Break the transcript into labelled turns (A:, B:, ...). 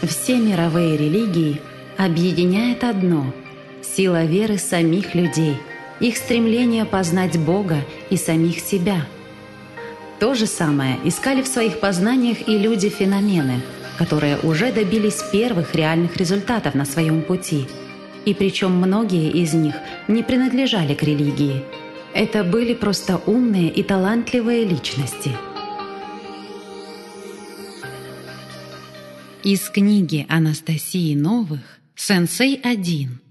A: Все мировые религии объединяет одно – сила веры самих людей, их стремление познать Бога и самих себя. То же самое искали в своих познаниях и люди-феномены, которые уже добились первых реальных результатов на своем пути. И причем многие из них не принадлежали к религии. Это были просто умные и талантливые личности. Из книги Анастасии Новых «Сенсей 1».